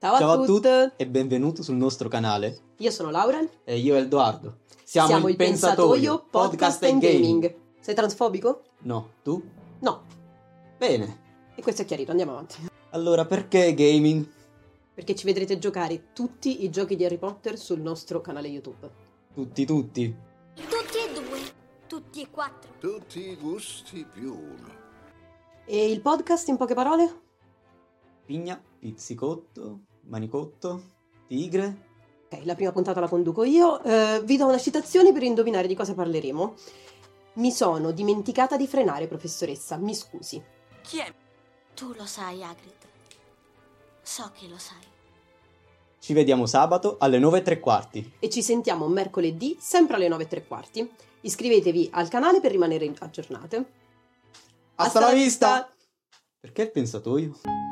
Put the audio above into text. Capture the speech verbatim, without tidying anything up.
Ciao, Ciao a, a tutti tutti e benvenuto sul nostro canale. Io sono Lauren. E io Edoardo. Siamo, Siamo il Pensatoio, podcast and gaming. Sei transfobico? No, tu? No. Bene. E questo è chiarito, andiamo avanti. Allora, perché gaming? Perché ci vedrete giocare tutti i giochi di Harry Potter sul nostro canale YouTube. Tutti, tutti. Tutti e due, tutti e quattro. Tutti i gusti più uno. E il podcast in poche parole? Pigna, pizzicotto, manicotto, tigre. Ok, la prima puntata la conduco io. Eh, vi do una citazione per indovinare di cosa parleremo. Mi sono dimenticata di frenare, professoressa, mi scusi. Chi è? Tu lo sai, Hagrid. So che lo sai. Ci vediamo sabato alle nove e tre quarti. E ci sentiamo mercoledì, sempre alle nove e tre quarti. Iscrivetevi al canale per rimanere aggiornate. Hasta la vista! Perché il Pensatoio?